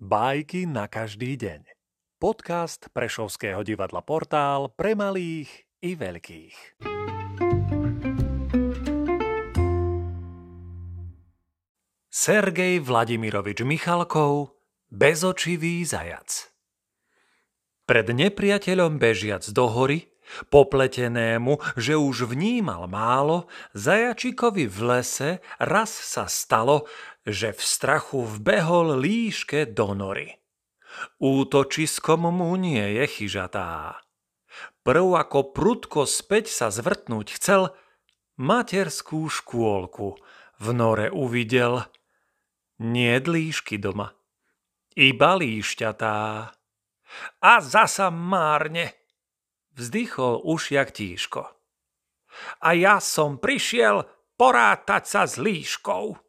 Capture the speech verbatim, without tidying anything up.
Bajky na každý deň. Podcast Prešovského divadla Portál pre malých i veľkých. Sergej Vladimirovič Michalkov, Bezočivý zajac. Pred nepriateľom bežiac do hory, popletenému, že už vnímal málo, zajačikovi v lese raz sa stalo, že v strachu vbehol líške do nory. Útočiskom mu nie je chyžatá. Prv ako prudko späť sa zvrtnúť chcel, materskú škôlku v nore uvidel. Nie líšky doma, iba líšťatá. A zasa márne, vzdychol už jak tíško. A ja som prišiel porátať sa s líškou.